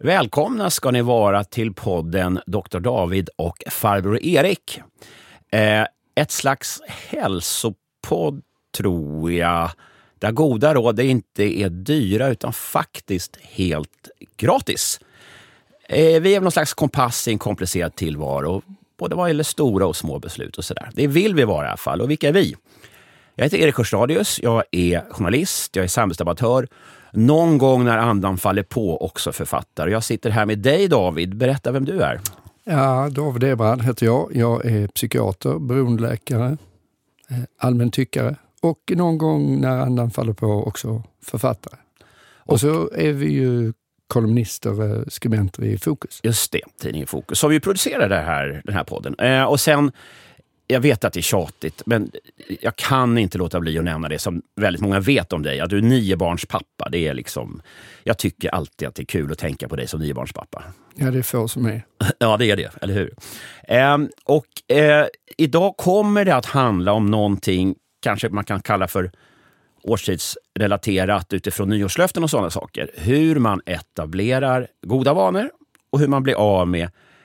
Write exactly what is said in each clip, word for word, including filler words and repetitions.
Välkomna ska ni vara till podden doktor David och farbror Erik. Eh, ett slags hälsopodd tror jag, där goda råd inte är dyra utan faktiskt helt gratis. Eh, vi är någon slags kompass i en komplicerad tillvaro, både vad gäller stora och små beslut och sådär. Det vill vi vara i alla fall. Och vilka är vi? Jag heter Erik Hörstadius, jag är journalist, jag är samhällsdebattör. Någon gång när andan faller på också författare. Jag sitter här med dig David, berätta vem du är. Ja, David Ebrard heter jag. Jag är psykiater, beroendeläkare, allmäntyckare och någon gång när andan faller på också författare. Och, och så är vi ju kolumnister, skribenter i Fokus. Just det, tidningen Fokus. Så vi producerar det här, den här podden. Eh, och sen, jag vet att det är tjatigt, men jag kan inte låta bli att nämna det som väldigt många vet om dig. Att du är niobarnspappa. Det är liksom, jag tycker alltid att det är kul att tänka på dig som niobarnspappa. Ja, det är få som är. Ja, det är det, eller hur? Eh, och eh, idag kommer det att handla om någonting kanske man kan kalla för årstidsrelaterat utifrån nyårslöften och sådana saker. Hur man etablerar goda vanor och hur man blir av med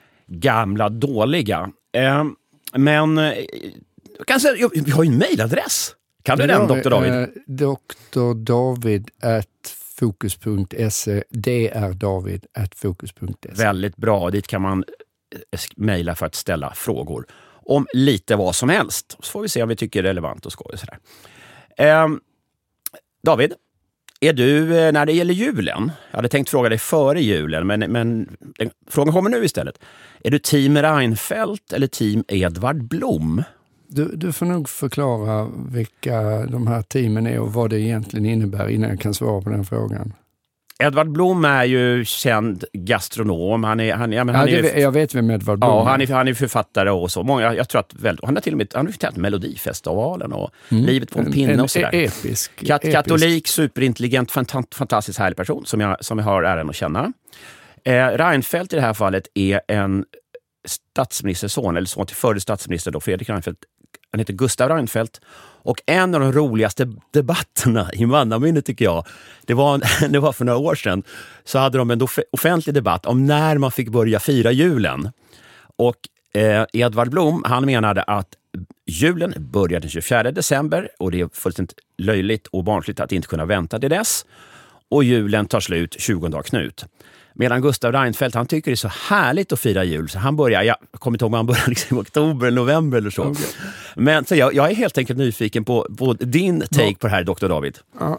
gamla dåliga. Eh, men eh, kanske, vi har ju en mejladress. Kan du den, doktor David? Eh, doktor David at fokus punkt se. Det är David at fokus punkt se. Väldigt bra. Dit kan man mejla för att ställa frågor om lite vad som helst. Så får vi se om vi tycker det är relevant och skoj och sådär. Eh, David, är du, när det gäller julen, jag hade tänkt fråga dig före julen, men, men den, frågan kommer nu istället. Är du team Reinfeldt eller team Edvard Blom? Du, du får nog förklara vilka de här teamen är och vad det egentligen innebär innan jag kan svara på den frågan. Edvard Blom är ju känd gastronom. Han är, han, ja, men han ja, det, är, jag vet vem Edvard Blom ja, är. han är. Han är författare och så. Många, jag tror att väl, han har till och med han har förtänt Melodifestivalen och mm. Livet på en pinne en, och sådär. Episk, Kat, episk. Katolik, superintelligent, fant- fantastiskt härlig person som jag, som jag har äran att känna. Eh, Reinfeldt i det här fallet är en statsministerson, eller son till förre statsminister då, Fredrik Reinfeldt. Han heter Gustav Reinfeldt. Och en av de roligaste debatterna i mannaminnet tycker jag, det var, det var för några år sedan, så hade de en off- offentlig debatt om när man fick börja fira julen. Och eh, Edvard Blom, han menade att julen börjar den tjugofjärde december och det är fullständigt löjligt och barnsligt att inte kunna vänta till dess. Och julen tar slut tjugonde dag Knut. Medan Gustav Reinfeldt, han tycker det är så härligt att fira jul. Så han börjar, jag kommer inte ihåg om han börjar liksom i oktober eller november eller så. Okay. Men så jag, jag är helt enkelt nyfiken på, på din take ja. på det här, doktor David. Ja.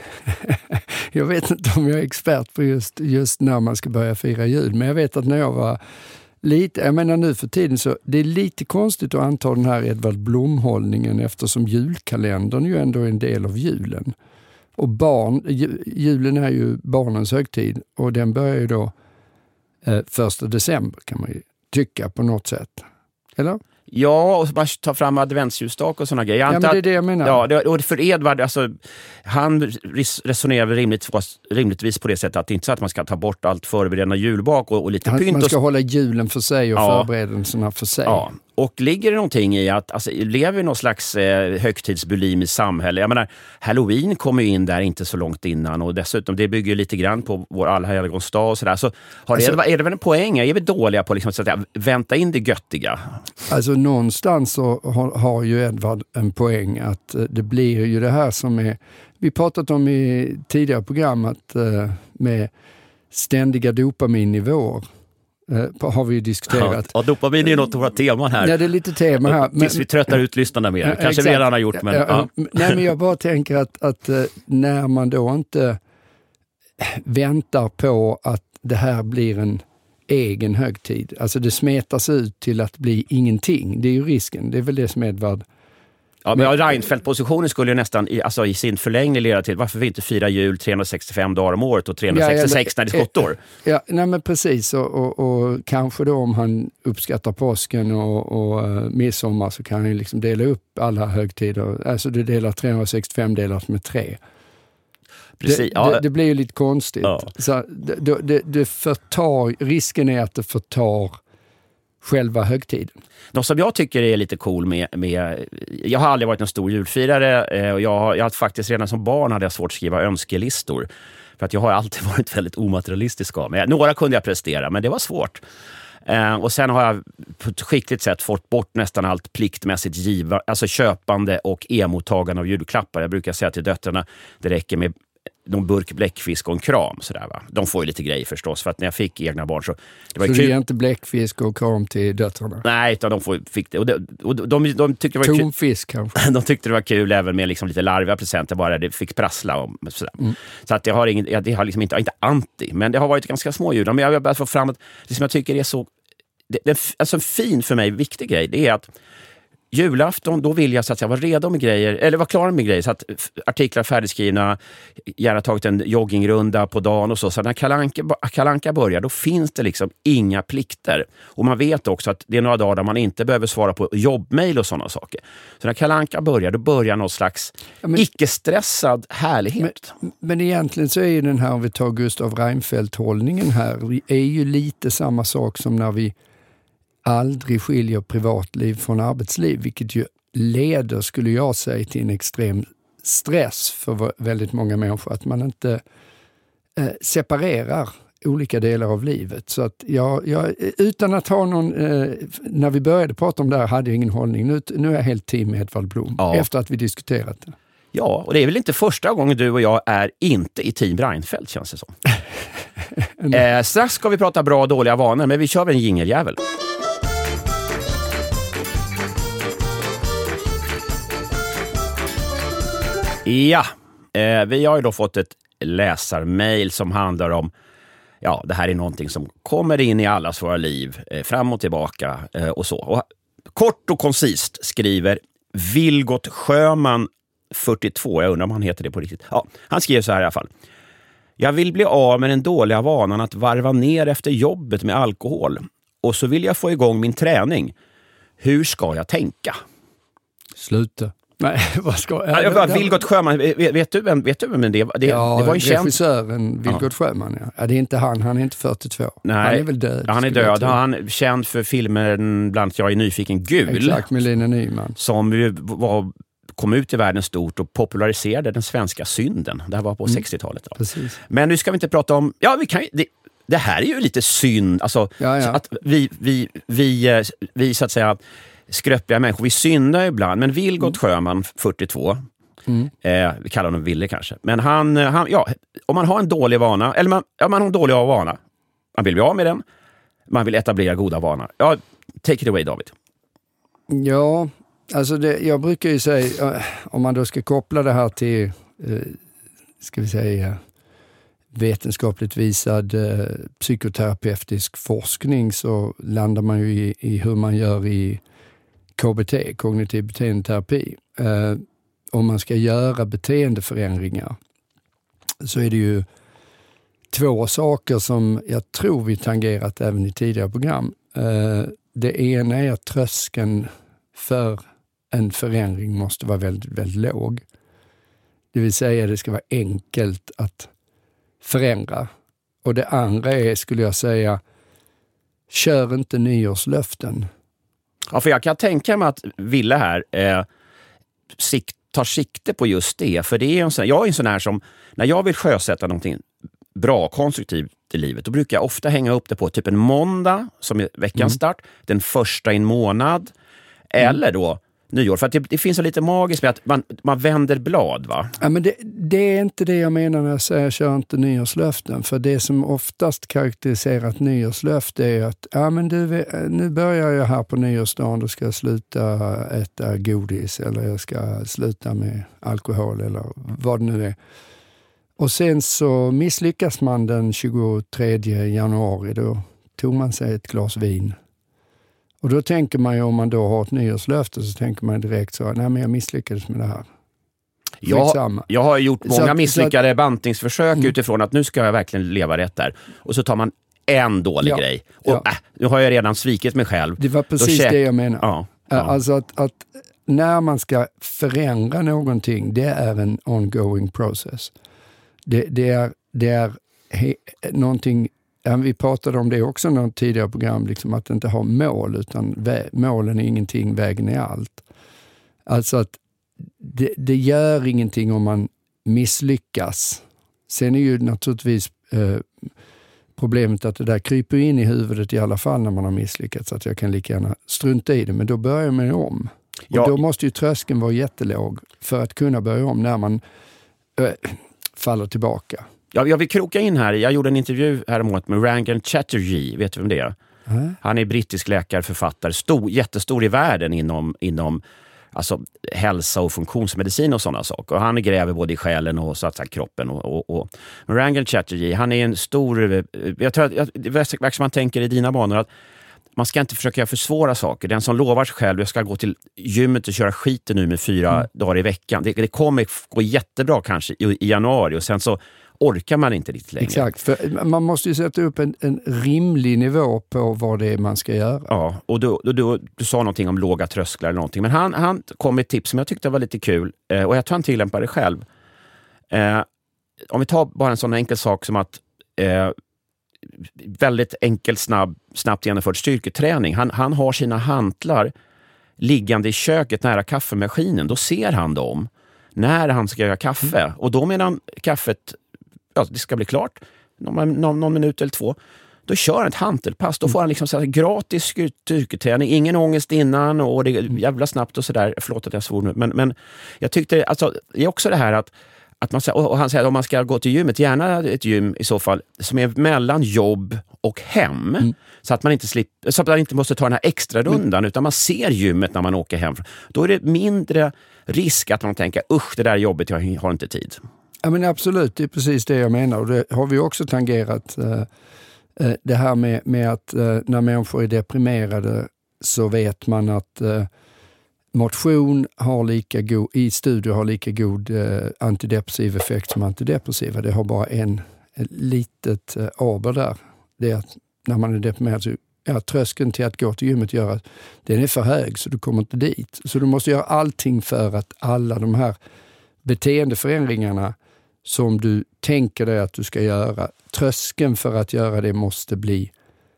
Jag vet inte om jag är expert på just, just när man ska börja fira jul. Men jag vet att när jag var lite, jag menar nu för tiden så, det är lite konstigt att anta den här Edvard Blom-hållningen eftersom julkalendern ju ändå är en del av julen. Och barn, julen är ju barnens högtid och den börjar ju då eh, första december kan man ju tycka på något sätt. Eller? Ja, och man tar fram adventsljusstake och sådana grejer. Ja, men det är det jag menar. Ja, det, och för Edvard, alltså, han resonerar väl rimligtvis, rimligtvis på det sättet att det inte är så att man ska ta bort allt förberedande julbak och, och lite han, pynt. Man ska och... hålla julen för sig och ja. förberedelserna för sig. Ja. Och ligger det någonting i att alltså, lever vi någon slags eh, högtidsbulim i samhälle? Jag menar, Halloween kommer ju in där inte så långt innan och dessutom det bygger ju lite grann på vår allhelgonsdag och sådär. Så har alltså, det, är det väl en poäng? Är vi dåliga på liksom, att säga, vänta in det göttiga? Alltså någonstans så har, har ju Edvard en poäng att eh, det blir ju det här som är, vi pratat om i tidigare program att eh, med ständiga dopaminnivåer. Uh, har vi ju diskuterat. Ja, dopamin är ju något av våra teman här. Ja, det är lite tema här. Men, tills vi tröttar ut lyssnarna mer. Kanske exakt. Vi redan har gjort. Men, ja, ja. Nej, men jag bara tänker att, att uh, när man då inte väntar på att det här blir en egen högtid. Alltså det smetas ut till att bli ingenting. Det är ju risken. Det är väl det som Edvard... Ja, men Reinfeldt-positionen skulle ju nästan i, alltså, i sin förlängning leda till varför vi inte firar jul trehundrasextiofem dagar om året och trehundrasextiosex ja, ja, när det är skottår. Ja, nej men precis. Och, och, och kanske då om han uppskattar påsken och, och uh, midsommar så kan han ju liksom dela upp alla högtider. Alltså du delar trehundrasextiofem delat med tre. Precis, det, ja. det, det blir ju lite konstigt. Ja. Så det, det, det förtar, risken är att det förtar själva högtiden. Något som jag tycker är lite cool med, med jag har aldrig varit en stor julfirare och jag, jag har faktiskt redan som barn hade jag svårt att skriva önskelistor. För att jag har alltid varit väldigt omaterialistisk av mig. Några kunde jag prestera, men det var svårt. Eh, och sen har jag på ett skickligt sätt fått bort nästan allt pliktmässigt giva, alltså köpande och emottagande av julklappar. Jag brukar säga till döttrarna, det räcker med någon burk bläckfisk och en kram. Sådär, va? De får ju lite grejer förstås, för att när jag fick egna barn så... Det var så kul. det är inte bläckfisk och kram till döttrarna? Nej, utan de får, fick det. Och de, och de, de, de tyckte det var kul. Tonfisk kanske? De tyckte det var kul även med liksom lite larviga presenter, bara det fick prassla om. Sådär. Mm. Så att jag har, ingen, jag, det har liksom inte, inte anti, men det har varit ganska små ljud. Men jag har börjat få fram att det som jag tycker är så... Det, det, alltså en fin för mig viktig grej, det är att julafton, då vill jag så att jag vara redo med grejer, eller vara klar med grejer, så att artiklar är färdigskrivna, gärna tagit en joggingrunda på dagen och så. Så när Kalanka, Kalanka börjar, då finns det liksom inga plikter. Och man vet också att det är några dagar där man inte behöver svara på jobbmail och sådana saker. Så när Kalanka börjar, då börjar någon slags ja, men, icke-stressad härlighet. Men, men egentligen så är ju den här, om vi tar Gustav Reinfeldt-hållningen här, är ju lite samma sak som när vi aldrig skiljer privatliv från arbetsliv, vilket ju leder, skulle jag säga, till en extrem stress för väldigt många människor, att man inte eh, separerar olika delar av livet. Så att jag, jag utan att ha någon, eh, när vi började prata om det här hade jag ingen hållning. Nu, nu är jag helt team Edvard Blom, ja. Efter att vi diskuterat det. Ja, och det är väl inte första gången du och jag är inte i team Reinfeldt, känns det som. eh, strax ska vi prata bra och dåliga vanor, men vi kör väl en jingeljävel. Ja, eh, vi har ju då fått ett läsarmail som handlar om, ja, det här är någonting som kommer in i allas våra liv, eh, fram och tillbaka eh, och så. Och, kort och koncist skriver Vilgot Sjöman fyrtiotvå, jag undrar om han heter det på riktigt. Ja, han skriver så här i alla fall. Jag vill bli av med den dåliga vanan att varva ner efter jobbet med alkohol. Och så vill jag få igång min träning. Hur ska jag tänka? Sluta. Nej, vad ska jag? Jag bara, Vilgot Sjöman, vet, vet du vem, vet du vem det var? Det, ja, det var ju regissören Vilgot ja. Sjöman, ja. ja. Det är inte han, han är inte fyrtiotvå. Nej, han är väl död. Ja, han är död. Han är känd för filmen bland Jag är nyfiken gul. Exakt, med Lina Nyman. Som ju var, kom ut i världen stort och populariserade den svenska synden. Det här var på mm. sextiotalet. Då. Precis. Men nu ska vi inte prata om... Ja, vi kan det, det här är ju lite synd. Alltså, ja, ja. Att vi, vi, vi, vi så att säga... skröpliga människor. Vi syndar ibland, men Vilgot mm. Sjöman, fyrtiotvå, mm. eh, vi kallar honom Ville kanske, men han, han, ja, om man har en dålig vana, eller man, ja, man har en dålig vana, man vill bli av med den, man vill etablera goda vanor. Ja, take it away, David. Ja, alltså det, jag brukar ju säga, om man då ska koppla det här till, eh, ska vi säga, vetenskapligt visad eh, psykoterapeutisk forskning, så landar man ju i, i hur man gör i K B T, kognitiv beteendeterapi. Eh, om man ska göra beteendeförändringar så är det ju två saker som jag tror vi tangerat även i tidigare program. Eh, det ena är att tröskeln för en förändring måste vara väldigt, väldigt låg. Det vill säga det ska vara enkelt att förändra. Och det andra är, skulle jag säga, kör inte nyårslöften. Ja, för jag kan tänka mig att Ville här eh, sikt, tar sikte på just det. För det är en sån, jag är en sån här som, när jag vill sjösätta någonting bra, konstruktivt i livet, då brukar jag ofta hänga upp det på typ en måndag, som är veckans mm. start, den första i en månad, mm. eller då nyår. För att det, det finns så lite magiskt med att man, man vänder blad, va? Ja, men det, det är inte det jag menar när jag säger kör inte nyårslöften. För det som oftast karaktäriserar ett nyårslöfte är att ja, men du, nu börjar jag här på nyårsdagen, då ska jag sluta äta godis eller jag ska sluta med alkohol eller vad det nu är. Och sen så misslyckas man den tjugotredje januari, då tog man sig ett glas vin. Och då tänker man ju, om man då har ett nyårslöfte, så tänker man direkt så, nej men jag misslyckades med det här. Jag, jag har gjort många att, misslyckade att, bantningsförsök mm. utifrån att nu ska jag verkligen leva rätt där. Och så tar man en dålig ja, grej. Och ja. äh, nu har jag redan svikit mig själv. Det var precis käk- det jag menar. Ja, ja. Alltså att, att när man ska förändra någonting, det är en ongoing process. Det, det är, det är he, någonting. Vi pratade om det också i något tidigare program, liksom att inte ha mål, utan vä- målen är ingenting, vägen är allt. Alltså att det, det gör ingenting om man misslyckas Sen är ju naturligtvis eh, problemet att det där kryper in i huvudet i alla fall när man har misslyckats. Så att jag kan lika gärna strunta i det. Men då börjar man ju om. Ja. Och då måste ju tröskeln vara jättelåg för att kunna börja om när man äh, faller tillbaka. Ja, jag vill kroka in här. Jag gjorde en intervju häromåret med Rangan Chatterjee. Vet du vem det är? Mm. Han är brittisk läkare, författare. Stor, jättestor i världen inom, inom alltså, hälsa och funktionsmedicin och sådana saker. Och han gräver både i själen och så att säga, kroppen. Och, och, och. Men Rangan Chatterjee, han är en stor... Jag tror att det verkar som man tänker i dina banor att man ska inte försöka försvåra saker. Den som lovar sig själv, jag ska gå till gymmet och köra skiten nu med fyra mm. dagar i veckan. Det, det kommer gå jättebra kanske i, i januari och sen så orkar man inte riktigt längre. Exakt, för man måste ju sätta upp en, en rimlig nivå på vad det är man ska göra. Ja, och du, du, du, du sa någonting om låga trösklar eller någonting. Men han, han kom med ett tips som jag tyckte var lite kul eh, och jag tror han tillämpar det själv. Eh, om vi tar bara en sån enkel sak som att eh, väldigt enkel, snabb, snabbt genomförd styrketräning. Han, han har sina hantlar liggande i köket nära kaffemaskinen. Då ser han dem när han ska göra kaffe. Mm. Och då medan kaffet ja, det ska bli klart, någon, någon, någon minut eller två, då kör han ett hantelpass. Då får han liksom så här, gratis styrketräning, ingen ångest innan och det är jävla snabbt och sådär. Förlåt att jag svor nu. Men, men jag tyckte, alltså, det är också det här att Att man, och han säger att om man ska gå till gymmet, gärna ett gym i så fall som är mellan jobb och hem. Mm. Så att man inte slipper, så att man inte måste ta den här extra rundan mm. utan man ser gymmet när man åker hem. Då är det mindre risk att man tänker, usch det där jobbet, jag har inte tid. Ja men absolut, det är precis det jag menar. Och det har vi också tangerat. Eh, det här med, med att eh, när människor är deprimerade så vet man att eh, motion har lika god, i studier har lika god eh, antidepressiv effekt som antidepressiva. Det har bara en, en litet eh, aber där. Det är att när man är deprimerad så ja, tröskeln till att gå till gymmet gör att den är för hög så du kommer inte dit. Så du måste göra allting för att alla de här beteendeförändringarna som du tänker dig att du ska göra, tröskeln för att göra det måste bli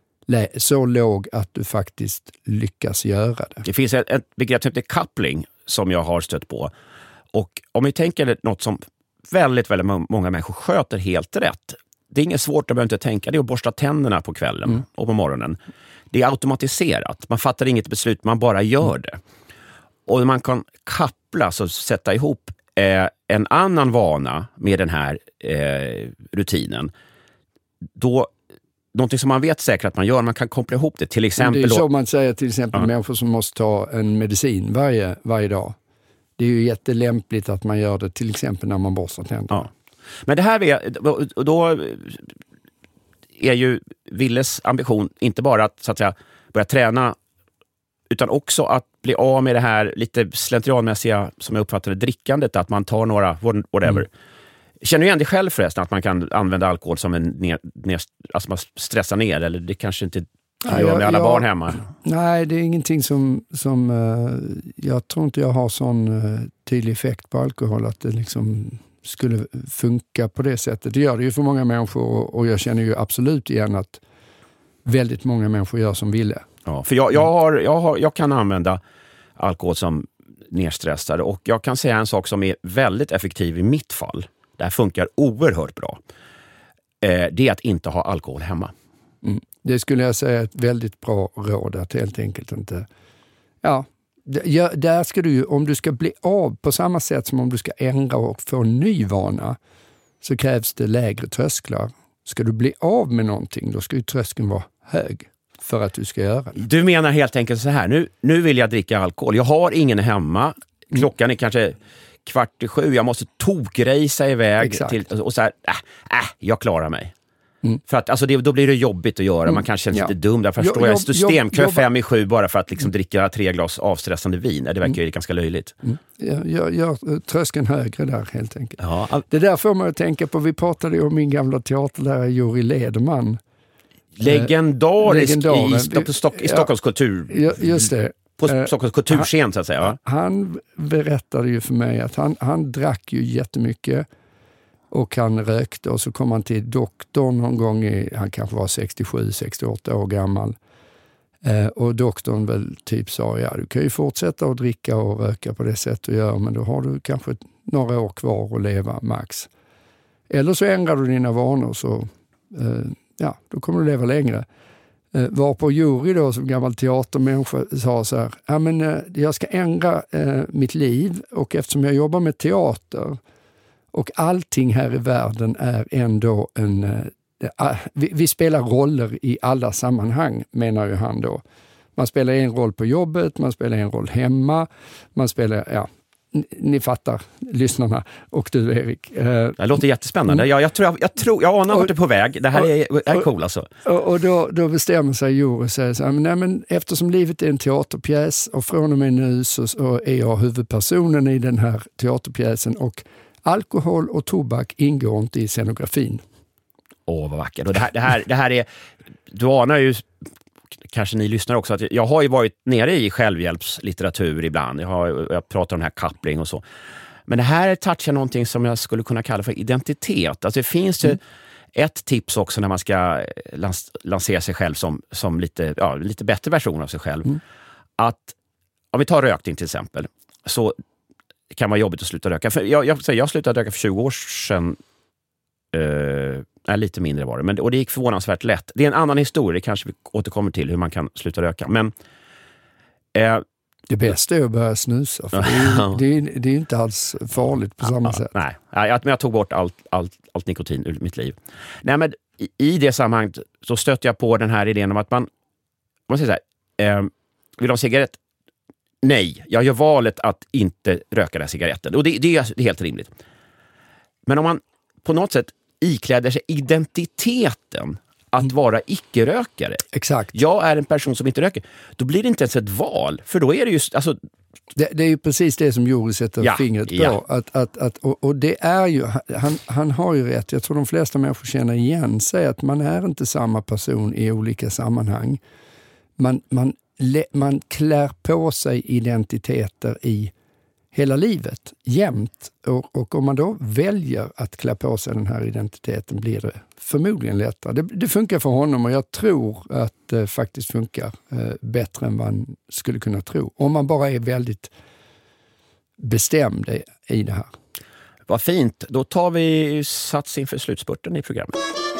så låg att du faktiskt lyckas göra det. Det finns ett, ett begrepp som heter coupling som jag har stött på. Och om vi tänker något som väldigt, väldigt många människor sköter helt rätt. Det är inget svårt, jag behöver inte tänka. Det är att borsta tänderna på kvällen mm. och på morgonen. Det är automatiserat. Man fattar inget beslut, man bara gör det. Och man kan koppla, så sätta ihop eh, en annan vana med den här eh, rutinen. Då någonting som man vet säkert att man gör, man kan koppla ihop det. Till exempel, det är så man säger till exempel ja. människor människor som måste ta en medicin varje, varje dag. Det är ju jättelämpligt att man gör det till exempel när man borstar tänderna. Ja. Men det här är, då är ju Willes ambition inte bara att, så att säga, börja träna utan också att bli av med det här lite slentrianmässiga, som jag uppfattar det, drickandet, att man tar några, whatever. Mm. Känner du igen det själv förresten, att man kan använda alkohol som en ner, ner, alltså man stressar ner, eller det kanske inte gör ja, med alla jag, barn hemma? Nej, det är ingenting som, som uh, jag tror inte jag har sån uh, tydlig effekt på alkohol att det liksom skulle funka på det sättet. Det gör det ju för många människor och, och jag känner ju absolut igen att väldigt många människor gör som ville. Ja, för jag, jag, har, jag, har, jag kan använda alkohol som nedstressare och jag kan säga en sak som är väldigt effektiv i mitt fall. Det här funkar oerhört bra. Eh, det är att inte ha alkohol hemma. Mm. Det skulle jag säga är ett väldigt bra råd, att helt enkelt inte... Ja, ja, där ska du ju, om du ska bli av på samma sätt som om du ska ändra och få en ny vana, så krävs det lägre trösklar. Ska du bli av med någonting, då ska ju tröskeln vara hög för att du ska göra det. Du menar helt enkelt så här, nu, nu vill jag dricka alkohol. Jag har ingen hemma. Klockan är kanske kvart i sju. Jag måste tokrasa iväg till, och så här, äh, äh, jag klarar mig. Mm. För att alltså det, då blir det jobbigt att göra. Mm. Man kanske känns ja. lite dum. Därför förstår jag systemkö fem i sju bara för att liksom mm. dricka tre glas avstressande vin. Det verkar mm. ju ganska löjligt. Mm. Jag gör ja, ja, tröskeln högre där helt enkelt. Ja. Det där får man att tänka på. Vi pratade ju om min gamla teaterlärare Jori Lederman. Legendarisk i, Stock, Stock, i Stockholms ja, kultur. Ja, just det. På Stockholms kulturscen så att säga. Va? Han berättade ju för mig att han, han drack ju jättemycket. Och han rökte och så kom han till doktorn någon gång, i, han kanske var sextiosju sextioåtta år gammal. Eh, och doktorn väl typ sa, ja du kan ju fortsätta att dricka och röka på det sätt du gör, men då har du kanske några år kvar att leva max. Eller så ändrar du dina vanor så eh, ja, då kommer du leva längre. Eh, var på jury då som gammal teatermänniska sa så här, ja, men, eh, jag ska ändra eh, mitt liv och eftersom jag jobbar med teater och allting här i världen är ändå en... Eh, vi, vi spelar roller i alla sammanhang, menar ju han då. Man spelar en roll på jobbet, man spelar en roll hemma, man spelar, ja, ni, ni fattar, lyssnarna och du Erik. Eh, det låter jättespännande. Jag, jag, tror, jag, jag, tror, jag anar vart det är på väg. Det här är, är cool alltså. Och, och då, då bestämmer sig jury och säger så här, men, nej, men eftersom livet är en teaterpjäs och från och med nu så, så är jag huvudpersonen i den här teaterpjäsen och alkohol och tobak ingår inte i scenografin. Åh, vad vackert. Och det, här, det, här, det här är, du anar ju, kanske ni lyssnar också, att jag har ju varit nere i självhjälpslitteratur ibland. Jag, har, jag pratar om den här Coupling och så. Men det här touchar någonting som jag skulle kunna kalla för identitet. Alltså det finns ju mm. ett tips också när man ska lans, lansera sig själv som, som lite, ja, lite bättre version av sig själv. Mm. Att, om vi tar rökning till exempel, så kan vara jobbigt att sluta röka. För jag, jag, jag slutade röka för tjugo år sedan. Uh, är lite mindre var det. Men, och det gick förvånansvärt lätt. Det är en annan historia, det kanske vi återkommer till hur man kan sluta röka. Men uh, det bästa är att börja snusa. För det, är, det, är, det är inte alls farligt på samma uh, sätt. Nej, jag, men jag tog bort allt, allt, allt nikotin ur mitt liv. Nej, men i, i det sammanhanget så stötte jag på den här idén om att man, man säger så här, uh, vill ha en cigarett? Nej, jag gör valet att inte röka den cigaretten. Och det, det, är, det är helt rimligt. Men om man på något sätt ikläder sig identiteten att vara icke-rökare. Exakt. Jag är en person som inte röker. Då blir det inte ens ett val. För då är det just... Alltså... Det, det är ju precis det som Joris sätter ja, fingret på. Ja. Att, att, att, och, och det är ju... Han, han har ju rätt. Jag tror de flesta människor känner igen sig att man är inte samma person i olika sammanhang. Man, man, man klär på sig identiteter i hela livet, jämt. Och, och om man då väljer att klä på sig den här identiteten blir det förmodligen lättare. Det, det funkar för honom och jag tror att det faktiskt funkar eh, bättre än man skulle kunna tro. Om man bara är väldigt bestämd i, i det här. Vad fint. Då tar vi sats inför slutspurten i programmet.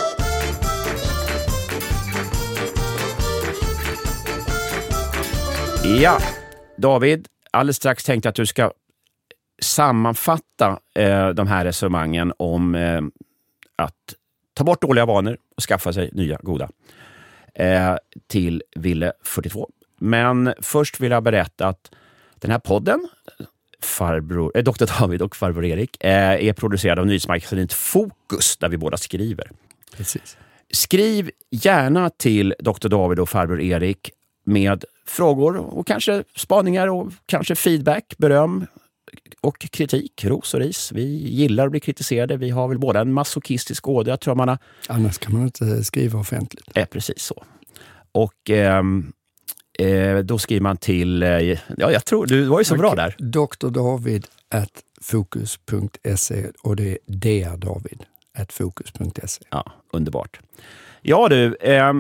Ja, David, alldeles strax tänkte att du ska sammanfatta eh, de här resonemangen om eh, att ta bort dåliga vanor och skaffa sig nya goda eh, till Ville fyrtiotvå. Men först vill jag berätta att den här podden, farbror, eh, doktor David och farbror Erik, eh, är producerad av nyhetsmagasinet Fokus där vi båda skriver. Precis. Skriv gärna till doktor David och farbror Erik med frågor och kanske spaningar och kanske feedback, beröm och kritik, ros och ris. Vi gillar att bli kritiserade. Vi har väl båda en masochistisk ådra. Jag tror man har... Annars kan man inte skriva offentligt. Ja, precis så. Och eh, eh, då skriver man till... Eh, ja, jag tror... Du var ju så och bra där. doktor David at fokus punkt se och det är dr David at fokus punkt se. Ja, underbart. Ja du, eh,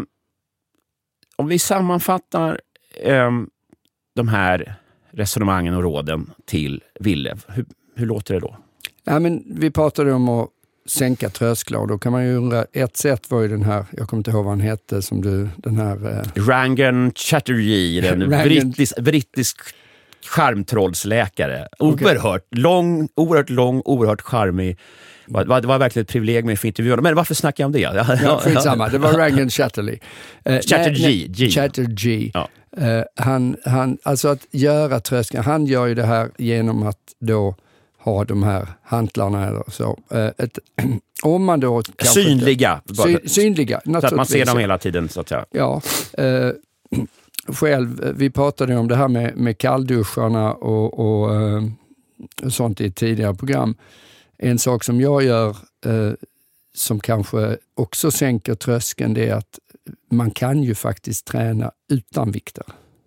om vi sammanfattar eh, de här resonemangen och råden till Ville. Hur, hur låter det då? Ja, men vi pratade om att sänka trösklar. Då kan man ju undra, ett sätt var ju den här, jag kommer inte ihåg vad han hette, som du, den här... Eh... Rangan Chatterjee, en brittisk, brittisk charmtrollsläkare. Okay. Oerhört lång, oerhört lång, oerhört charmig. Det var, det var verkligen ett privilegium för intervjuerna. Men varför snackar jag om det? Ja, ja, skitsamma. Det var Rangan Chatterjee. Eh, Chatterjee. Nej, Chatterjee. Ja. Uh, han, han, alltså att göra trösklar, han gör ju det här genom att då ha de här hantlarna eller så. Uh, ett, om man då... Synliga. Sy, synliga, så att man ser dem hela tiden, så att säga. Ja. Uh, själv, vi pratade om det här med, med kallduscharna och, och uh, sånt i ett tidigare program. En sak som jag gör uh, som kanske också sänker tröskeln, det är att man kan ju faktiskt träna utan vikter.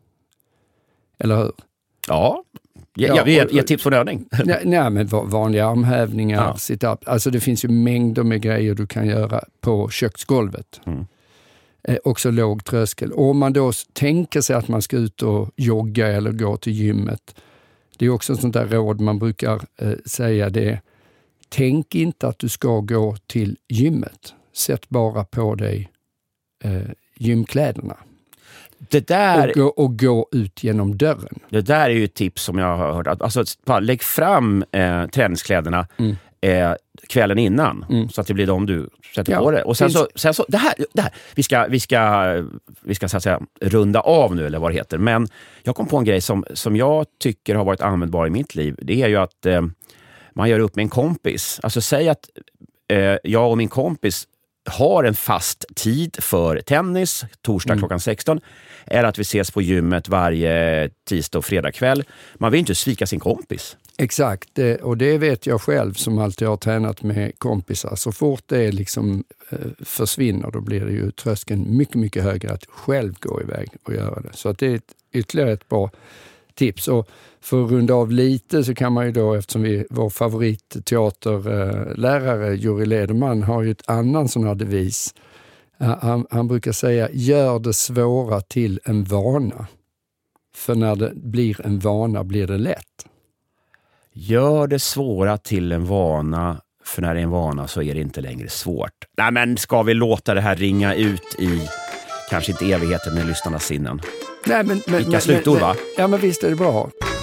Eller hur? Ja, ja, ja vi ger tips på övning. Nej, nej, men vanliga armhävningar, ja. Sit-up. Alltså det finns ju mängder med grejer du kan göra på köksgolvet. Mm. Eh, också låg tröskel. Och om man då tänker sig att man ska ut och jogga eller gå till gymmet. Det är också ett sånt där råd man brukar eh, säga det. tänk inte att du ska gå till gymmet. Sätt bara på dig eh, gymkläderna. Det där, och, gå, och gå ut genom dörren. Det där är ju ett tips som jag har hört. Alltså, bara lägg fram eh, träningskläderna mm. eh, kvällen innan. Mm. Så att det blir de du sätter ja, på det. Och sen så, sen så det här, det här, vi ska, vi ska, vi ska så att säga runda av nu, eller vad det heter. Men jag kom på en grej som, som jag tycker har varit användbar i mitt liv. Det är ju att eh, man gör upp med en kompis. Alltså säg att eh, jag och min kompis har en fast tid för tennis, torsdag mm. klockan sexton, eller att vi ses på gymmet varje tisdag och fredag kväll. Man vill inte svika sin kompis. Exakt, och det vet jag själv som alltid har tränat med kompisar. Så fort det liksom försvinner, då blir det ju tröskeln mycket, mycket högre att själv gå iväg och göra det. Så att det är ett, ytterligare ett bra tips. Och för att runda av lite så kan man ju då, eftersom vi, vår favoritteaterlärare Juri Lederman har ju ett annan sån här devis. Han, han brukar säga, gör det svåra till en vana. För när det blir en vana blir det lätt. Gör det svåra till en vana, för när det är en vana så är det inte längre svårt. Nej, men ska vi låta det här ringa ut i, kanske inte evigheten, med lyssnarnas sinnen? Nej, men, men, Vilka slutord, va? Ja, men visst är det bra.